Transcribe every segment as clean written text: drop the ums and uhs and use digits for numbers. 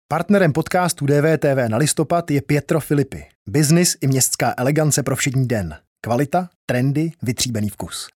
Partnerem podcastu DVTV na listopad je Pietro Filippi. Biznis i městská elegance pro všední den. Kvalita, trendy, vytříbený vkus.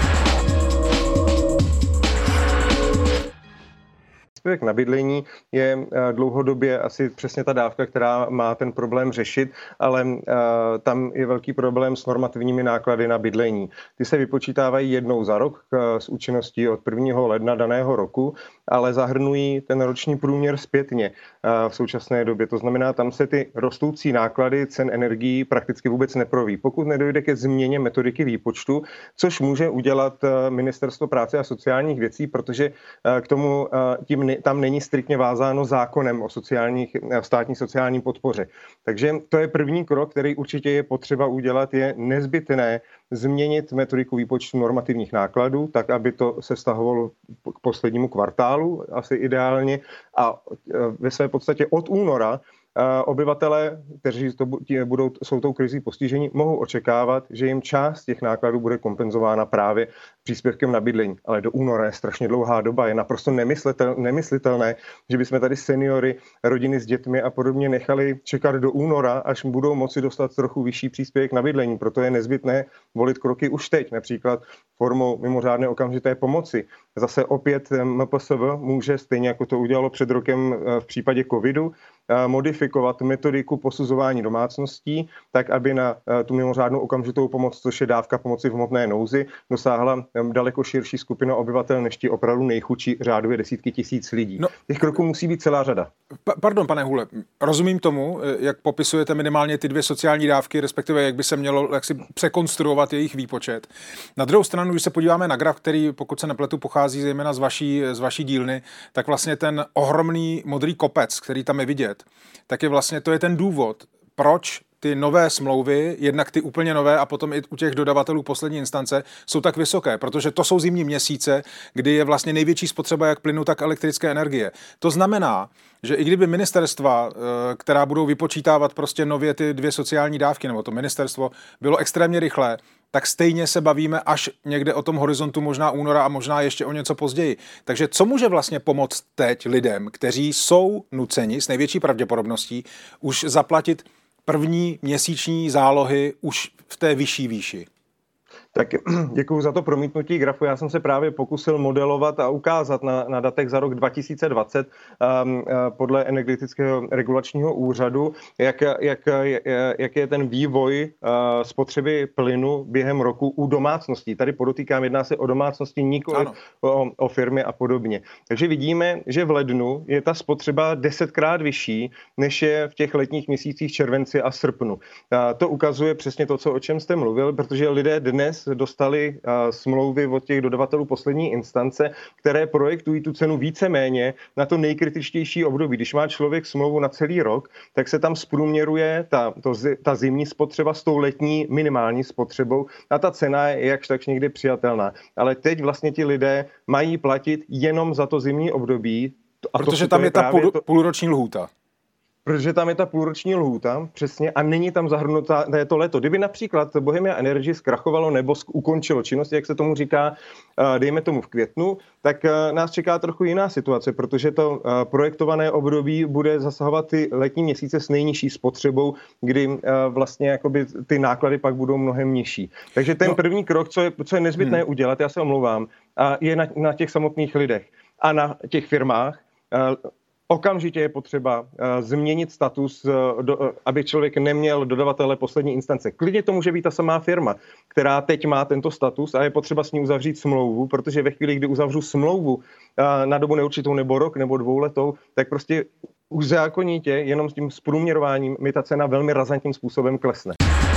Příspěvek na bydlení je dlouhodobě asi přesně ta dávka, která má ten problém řešit, ale tam je velký problém s normativními náklady na bydlení. Ty se vypočítávají jednou za rok s účinností od 1. ledna daného roku, ale zahrnují ten roční průměr zpětně v současné době. To znamená, tam se ty rostoucí náklady cen energií prakticky vůbec neproví. Pokud nedojde ke změně metodiky výpočtu, což může udělat Ministerstvo práce a sociálních věcí, protože k tomu tam není striktně vázáno zákonem o státní sociální podpoře. Takže to je první krok, který určitě je potřeba udělat, je nezbytné změnit metodiku výpočtu normativních nákladů, tak, aby to se vztahovalo k poslednímu kvartálu, asi ideálně, a ve své podstatě od února obyvatelé, kteří jsou tou krizí postiženi, mohou očekávat, že jim část těch nákladů bude kompenzována právě příspěvkem na bydlení. Ale do února je strašně dlouhá doba, je naprosto nemyslitelné, že bychom tady seniory, rodiny s dětmi a podobně nechali čekat do února, až budou moci dostat trochu vyšší příspěvek na bydlení. Proto je nezbytné volit kroky už teď, například formou mimořádné okamžité pomoci. Zase opět MPSV může, stejně jako to udělalo před rokem v případě covidu, modifikovat metodiku posuzování domácností, tak aby na tu mimořádnou okamžitou pomoc, což je dávka pomoci v hmotné nouzi, dosáhla daleko širší skupina obyvatel než ti opravdu nejchudší, řádově desítky tisíc lidí. No, těch kroků musí být celá řada. Pardon, pane Hůle, rozumím tomu, jak popisujete minimálně ty dvě sociální dávky, respektive jak by se mělo překonstruovat jejich výpočet. Na druhou stranu, když se podíváme na graf, který, pokud se nepletu, pochází zejména z vaší dílny, tak vlastně ten ohromný modrý kopec, který tam je vidět, tak je vlastně, to je ten důvod, proč ty nové smlouvy, jednak ty úplně nové a potom i u těch dodavatelů poslední instance, jsou tak vysoké, protože to jsou zimní měsíce, kdy je vlastně největší spotřeba jak plynu, tak elektrické energie. To znamená, že i kdyby ministerstva, která budou vypočítávat prostě nově ty dvě sociální dávky, nebo to ministerstvo, bylo extrémně rychlé, tak stejně se bavíme až někde o tom horizontu možná února a možná ještě o něco později. Takže co může vlastně pomoct teď lidem, kteří jsou nuceni s největší pravděpodobností už zaplatit první měsíční zálohy už v té vyšší výši? Tak děkuji za to promítnutí grafu. Já jsem se právě pokusil modelovat a ukázat na datech za rok 2020 podle Energetického regulačního úřadu, jak je ten vývoj spotřeby plynu během roku u domácností. Tady podotýkám, jedná se o domácnosti, nikoli o firmy a podobně. Takže vidíme, že v lednu je ta spotřeba 10krát vyšší, než je v těch letních měsících červenci a srpnu. To ukazuje přesně to, o čem jste mluvil, protože lidé dnes dostali smlouvy od těch dodavatelů poslední instance, které projektují tu cenu víceméně na to nejkritičtější období. Když má člověk smlouvu na celý rok, tak se tam zprůměruje ta zimní spotřeba s tou letní minimální spotřebou a ta cena je jakž takž někdy přijatelná. Ale teď vlastně ti lidé mají platit jenom za to zimní období. Protože tam je ta půlroční lhůta. Protože tam je ta půlroční lhůta, přesně, a není tam zahrnutá to léto. Kdyby například Bohemia Energy zkrachovalo nebo ukončilo činnost, jak se tomu říká, dejme tomu v květnu, tak nás čeká trochu jiná situace, protože to projektované období bude zasahovat ty letní měsíce s nejnižší spotřebou, kdy vlastně jakoby ty náklady pak budou mnohem nižší. Takže ten první krok, co je nezbytné udělat, já se omlouvám, je na těch samotných lidech a na těch firmách. Okamžitě je potřeba změnit status, aby člověk neměl dodavatele poslední instance. Klidně to může být ta samá firma, která teď má tento status a je potřeba s ní uzavřít smlouvu, protože ve chvíli, kdy uzavřu smlouvu na dobu neurčitou nebo rok nebo dvouletou, tak prostě už zákonitě jenom s tím zprůměrováním mi ta cena velmi razantním způsobem klesne.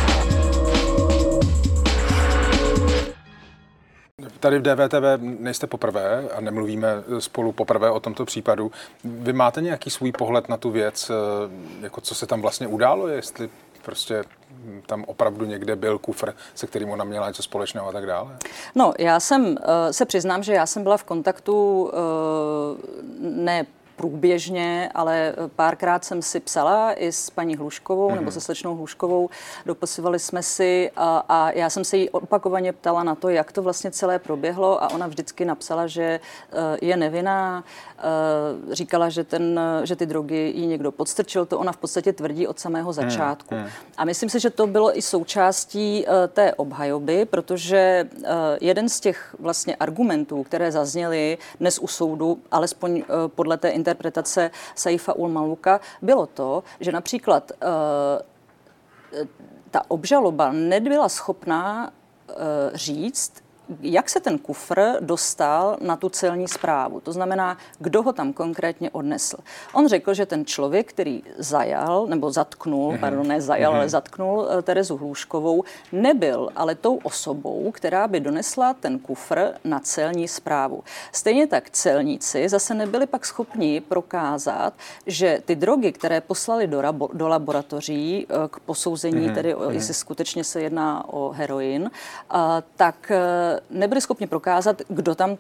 Tady v DVTV nejste poprvé a nemluvíme spolu poprvé o tomto případu. Vy máte nějaký svůj pohled na tu věc, jako co se tam vlastně událo, jestli prostě tam opravdu někde byl kufr, se kterým ona měla něco společného a tak dále? No, já se přiznám, že já jsem byla v kontaktu ne průběžně, ale párkrát jsem si psala i s paní Hluškovou nebo se slečnou Hluškovou, dopisovali jsme si a já jsem se jí opakovaně ptala na to, jak to vlastně celé proběhlo a ona vždycky napsala, že je nevinná, říkala, že ty drogy jí někdo podstrčil, to ona v podstatě tvrdí od samého začátku. A myslím si, že to bylo i součástí té obhajoby, protože jeden z těch vlastně argumentů, které zazněly dnes u soudu, alespoň podle té interpretace Saifa ul-Maluka, bylo to, že například ta obžaloba nebyla schopná říct, jak se ten kufr dostal na tu celní správu. To znamená, kdo ho tam konkrétně odnesl. On řekl, že ten člověk, který zatknul Terezu Hluškovou, nebyl ale tou osobou, která by donesla ten kufr na celní správu. Stejně tak celníci zase nebyli pak schopni prokázat, že ty drogy, které poslali do laboratoří k posouzení, tedy jestli skutečně se jedná o heroin, tak nebyli schopni prokázat, kdo tam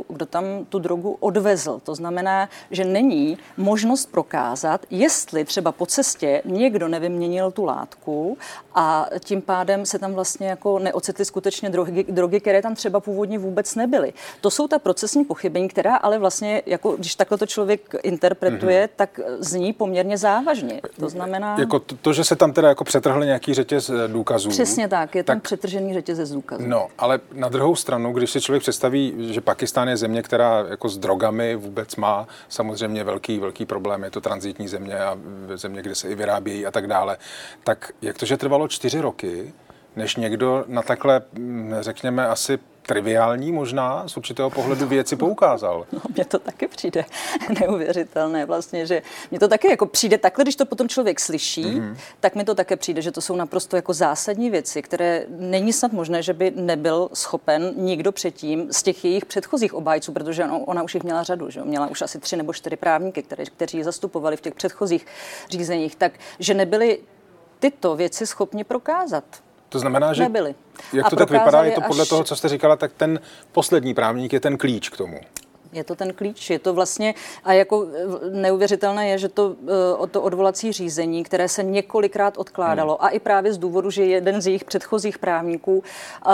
tu drogu odvezl. To znamená, že není možnost prokázat, jestli třeba po cestě někdo nevyměnil tu látku a tím pádem se tam vlastně jako neocitly skutečně drogy, které tam třeba původně vůbec nebyly. To jsou ta procesní pochybení, která ale vlastně, jako když takhle to člověk interpretuje, tak zní poměrně závažně. To znamená... Jako to, že se tam teda jako přetrhl nějaký řetěz důkazů. Přesně tak, je tam přetržený řetězec důkazů. No, ale na druhou stranu, když si člověk představí, že Pakistán je země, která jako s drogami vůbec má samozřejmě velký problém, je to tranzitní země a země, kde se i vyrábějí a tak dále, tak jak to, že trvalo 4 roky, než někdo na takhle, řekněme, asi triviální možná z určitého pohledu věci poukázal. No, mně to taky přijde neuvěřitelné vlastně, že mně to taky jako přijde takhle, když to potom člověk slyší, tak mi to také přijde, že to jsou naprosto jako zásadní věci, které není snad možné, že by nebyl schopen nikdo předtím z těch jejich předchozích obhájců, protože ona už jich měla řadu, že měla už asi 3 nebo 4 právníky, kteří ji zastupovali v těch předchozích řízeních, tak že nebyli tyto věci schopni prokázat. To znamená, že nebyli. Jak to tak vypadá, je to podle toho, co jste říkala, tak ten poslední právník je ten klíč k tomu. Je to ten klíč, je to vlastně, a jako neuvěřitelné je, že to odvolací řízení, které se několikrát odkládalo a i právě z důvodu, že jeden z jejich předchozích právníků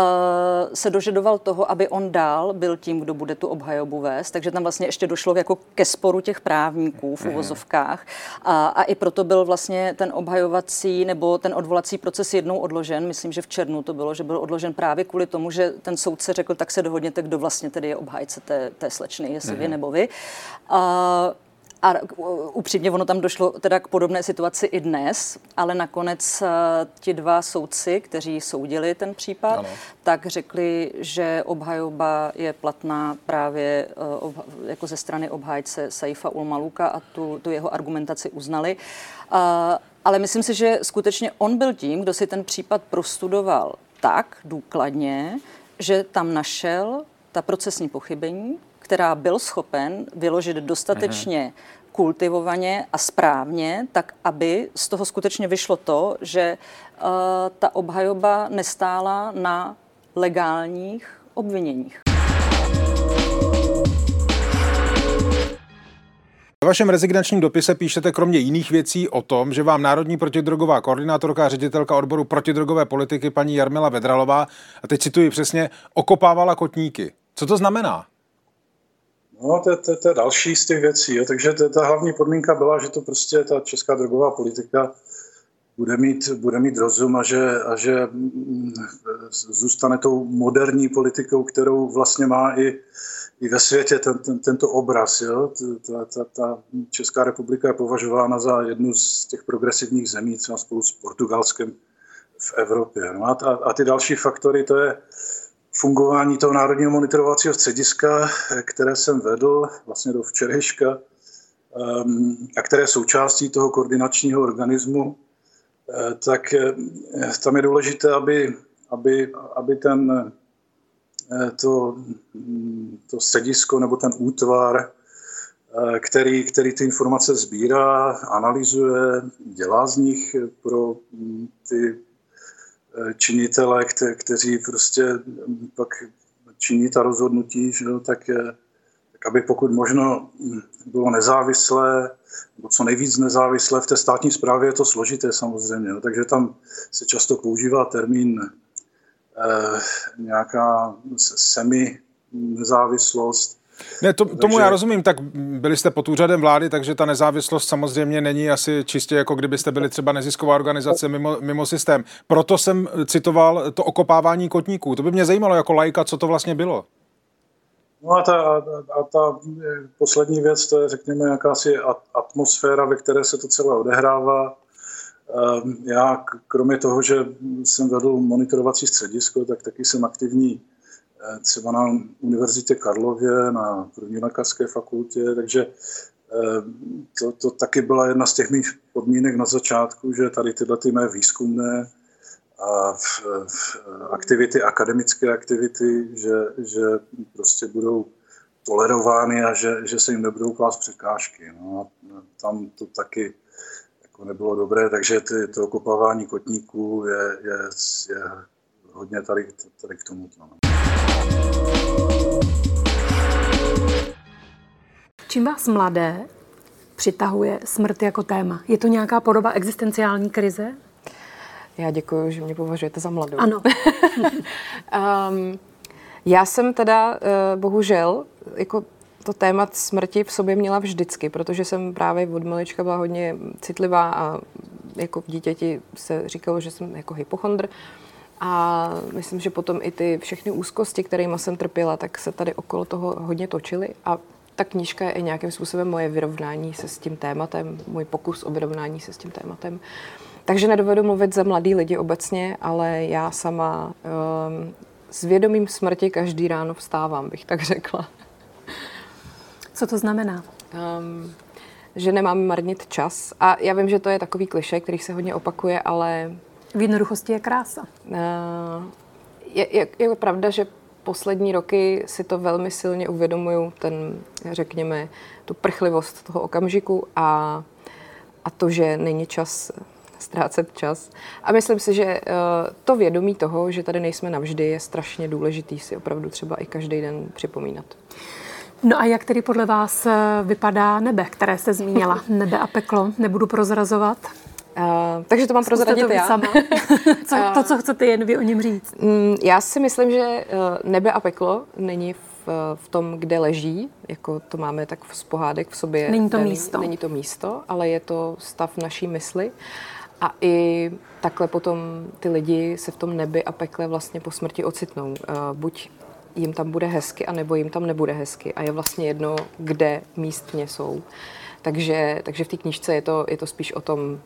se dožadoval toho, aby on dál byl tím, kdo bude tu obhajobu vést, takže tam vlastně ještě došlo jako ke sporu těch právníků v uvozovkách a i proto byl vlastně ten obhajovací nebo ten odvolací proces jednou odložen, myslím, že v červnu to bylo, že byl odložen právě kvůli tomu, že ten soudce řekl, tak se dohodněte, kdo vlastně tedy je obhájce té slečny, jestli vy nebo vy. A upřímně ono tam došlo teda k podobné situaci i dnes, ale nakonec ti 2 soudci, kteří soudili ten případ, tak řekli, že obhajoba je platná právě jako ze strany obhájce Saifa ul-Maluka a tu jeho argumentaci uznali. Ale myslím si, že skutečně on byl tím, kdo si ten případ prostudoval tak důkladně, že tam našel ta procesní pochybení, která byl schopen vyložit dostatečně kultivovaně a správně, tak aby z toho skutečně vyšlo to, že ta obhajoba nestála na legálních obviněních. V vašem rezignačním dopise píšete kromě jiných věcí o tom, že vám národní protidrogová koordinátorka a ředitelka odboru protidrogové politiky paní Jarmila Vedralová, a teď cituji přesně, okopávala kotníky. Co to znamená? No, to je další z těch věcí. Jo. Takže ta hlavní podmínka byla, že to prostě ta česká drogová politika bude mít rozum a že zůstane tou moderní politikou, kterou vlastně má i ve světě tento obraz. Jo. Ta Česká republika je považována za jednu z těch progresivních zemí, třeba spolu s Portugalskem v Evropě. No a ty další faktory, to je fungování toho národního monitorovacího střediska, které jsem vedl vlastně do včerejška a které je součástí toho koordinačního organismu, tak tam je důležité, aby to středisko nebo ten útvar, který ty informace sbírá, analyzuje, dělá z nich pro ty činitele, kteří prostě pak činí ta rozhodnutí, že jo, tak tak aby pokud možno bylo nezávislé, nebo co nejvíc nezávislé. V té státní správě je to složité samozřejmě, no, takže tam se často používá termín nějaká semi-nezávislost. Ne, tomu já rozumím, tak byli jste pod úřadem vlády, takže ta nezávislost samozřejmě není asi čistě jako kdybyste byli třeba nezisková organizace mimo systém. Proto jsem citoval to okopávání kotníků. To by mě zajímalo jako laika, co to vlastně bylo. No a ta poslední věc, to je řekněme jakási atmosféra, ve které se to celé odehrává. Já kromě toho, že jsem vedl monitorovací středisko, tak taky jsem aktivní třeba na Univerzitě Karlově, na první lékařské fakultě, takže to taky byla jedna z těch mých podmínek na začátku, že tady tyhle ty mé výzkumné a aktivity, akademické aktivity, že prostě budou tolerovány a že se jim nebudou klást překážky. No a tam to taky jako nebylo dobré, takže to okopávání kotníků je hodně tady k tomu. No. Čím vás mladé přitahuje smrt jako téma? Je to nějaká podoba existenciální krize? Já děkuji, že mě považujete za mladou. Ano. Já jsem teda bohužel jako to téma smrti v sobě měla vždycky, protože jsem právě od malička byla hodně citlivá a jako v dítěti se říkalo, že jsem jako hypochondr. A myslím, že potom i ty všechny úzkosti, kterými jsem trpěla, tak se tady okolo toho hodně točily. A ta knížka je i nějakým způsobem moje vyrovnání se s tím tématem, můj pokus o vyrovnání se s tím tématem. Takže nedovedu mluvit za mladý lidi obecně, ale já sama s vědomím smrti každý ráno vstávám, bych tak řekla. Co to znamená? Že nemám marnit čas. A já vím, že to je takový klišé, který se hodně opakuje, ale v jednoduchosti je krása. Je pravda, že poslední roky si to velmi silně uvědomuju, řekněme, tu prchlivost toho okamžiku a to, že není čas ztrácet čas. A myslím si, že to vědomí toho, že tady nejsme navždy, je strašně důležitý si opravdu třeba i každý den připomínat. No a jak tedy podle vás vypadá nebe, které jste zmínila? Nebe a peklo, nebudu prozrazovat. Takže to mám prozradit já. Sama. Co chcete jen vy o něm říct? Já si myslím, že nebe a peklo není v tom, kde leží, jako to máme tak z pohádek v sobě. Není to místo. Není to místo, ale je to stav naší mysli. A i takhle potom ty lidi se v tom nebi a pekle vlastně po smrti ocitnou. Buď jim tam bude hezky, anebo jim tam nebude hezky. A je vlastně jedno, kde místně jsou. Takže v té knížce je to spíš o tom,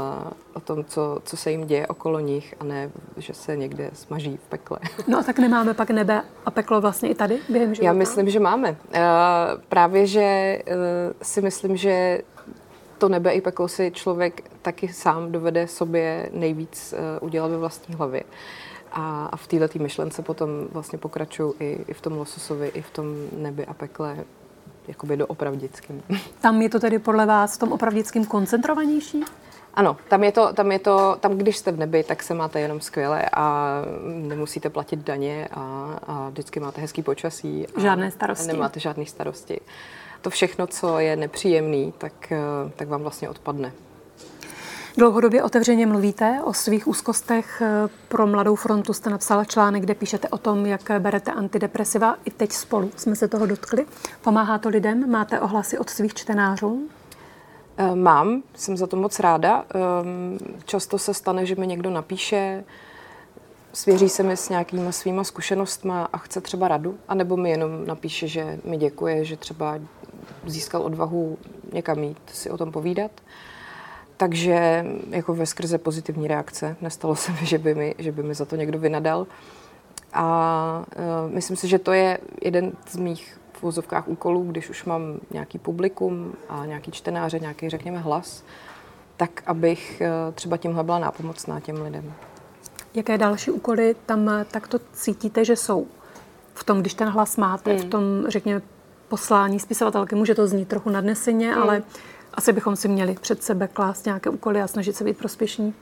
co se jim děje okolo nich, a ne, že se někde smaží v pekle. No a tak nemáme pak nebe a peklo vlastně i tady během života? Já myslím, že máme. Právě, že si myslím, že to nebe i peklo si člověk taky sám dovede sobě nejvíc udělat ve vlastní hlavě. A v této myšlence potom vlastně pokračuju i v tom lososovi, i v tom nebi a pekle, jakoby doopravdickým. Tam je to tedy podle vás v tom opravdickým koncentrovanější? Ano, tam když jste v nebi, tak se máte jenom skvěle a nemusíte platit daně a vždycky máte hezký počasí. Žádné starosti. Nemáte žádné starosti. To všechno, co je nepříjemný, tak vám vlastně odpadne. Dlouhodobě otevřeně mluvíte o svých úzkostech. Pro Mladou frontu jste napsala článek, kde píšete o tom, jak berete antidepresiva. I teď spolu jsme se toho dotkli. Pomáhá to lidem? Máte ohlasy od svých čtenářů? Mám, jsem za to moc ráda. Často se stane, že mi někdo napíše, svěří se mi s nějakýma svýma zkušenostma a chce třeba radu, anebo mi jenom napíše, že mi děkuje, že třeba získal odvahu někam jít si o tom povídat. Takže jako veskrze pozitivní reakce. Nestalo se mi, že by mi za to někdo vynadal. A myslím si, že to je jeden z mých v uvozovkách úkolů, když už mám nějaký publikum a nějaký čtenáře, nějaký, řekněme, hlas, tak abych třeba tímhle byla nápomocná těm lidem. Jaké další úkoly tam takto cítíte, že jsou? V tom, když ten hlas máte, v tom, řekněme, poslání spisovatelky, může to znít trochu nadneseně, ale asi bychom si měli před sebe klást nějaké úkoly a snažit se být prospěšní.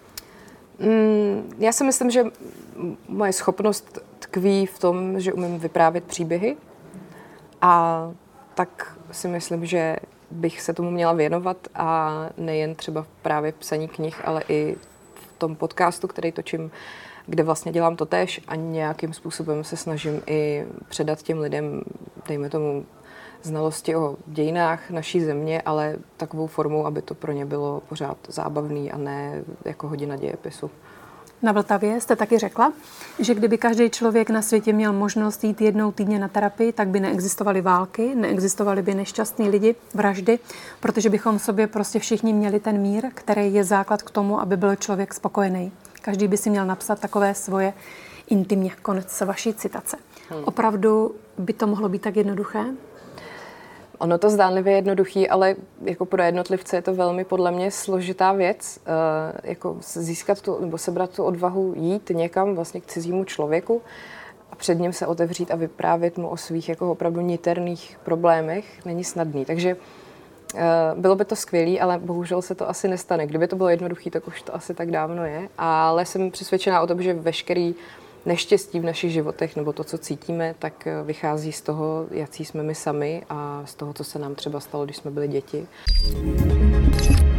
Já si myslím, že moje schopnost tkví v tom, že umím vyprávět příběhy a tak si myslím, že bych se tomu měla věnovat a nejen třeba právě v psaní knih, ale i v tom podcastu, který točím, kde vlastně dělám to též a nějakým způsobem se snažím i předat těm lidem, dejme tomu, znalosti o dějinách naší země, ale takovou formou, aby to pro ně bylo pořád zábavný a ne jako hodina dějepisu. Na Vltavě jste taky řekla, že kdyby každý člověk na světě měl možnost jít jednou týdně na terapii, tak by neexistovaly války, neexistovaly by nešťastní lidi, vraždy, protože bychom v sobě prostě všichni měli ten mír, který je základ k tomu, aby byl člověk spokojený. Každý by si měl napsat takové svoje intimně. Konec vaší citace. Opravdu by to mohlo být tak jednoduché? Ono to zdánlivě jednoduchý, ale jako pro jednotlivce je to velmi podle mě složitá věc, jako získat tu, nebo sebrat tu odvahu jít někam vlastně k cizímu člověku a před ním se otevřít a vyprávět mu o svých jako opravdu niterných problémech není snadný. Takže bylo by to skvělý, ale bohužel se to asi nestane. Kdyby to bylo jednoduchý, tak už to asi tak dávno je. Ale jsem přesvědčená o tom, že veškerý neštěstí v našich životech nebo to, co cítíme, tak vychází z toho, jací jsme my sami a z toho, co se nám třeba stalo, když jsme byli děti.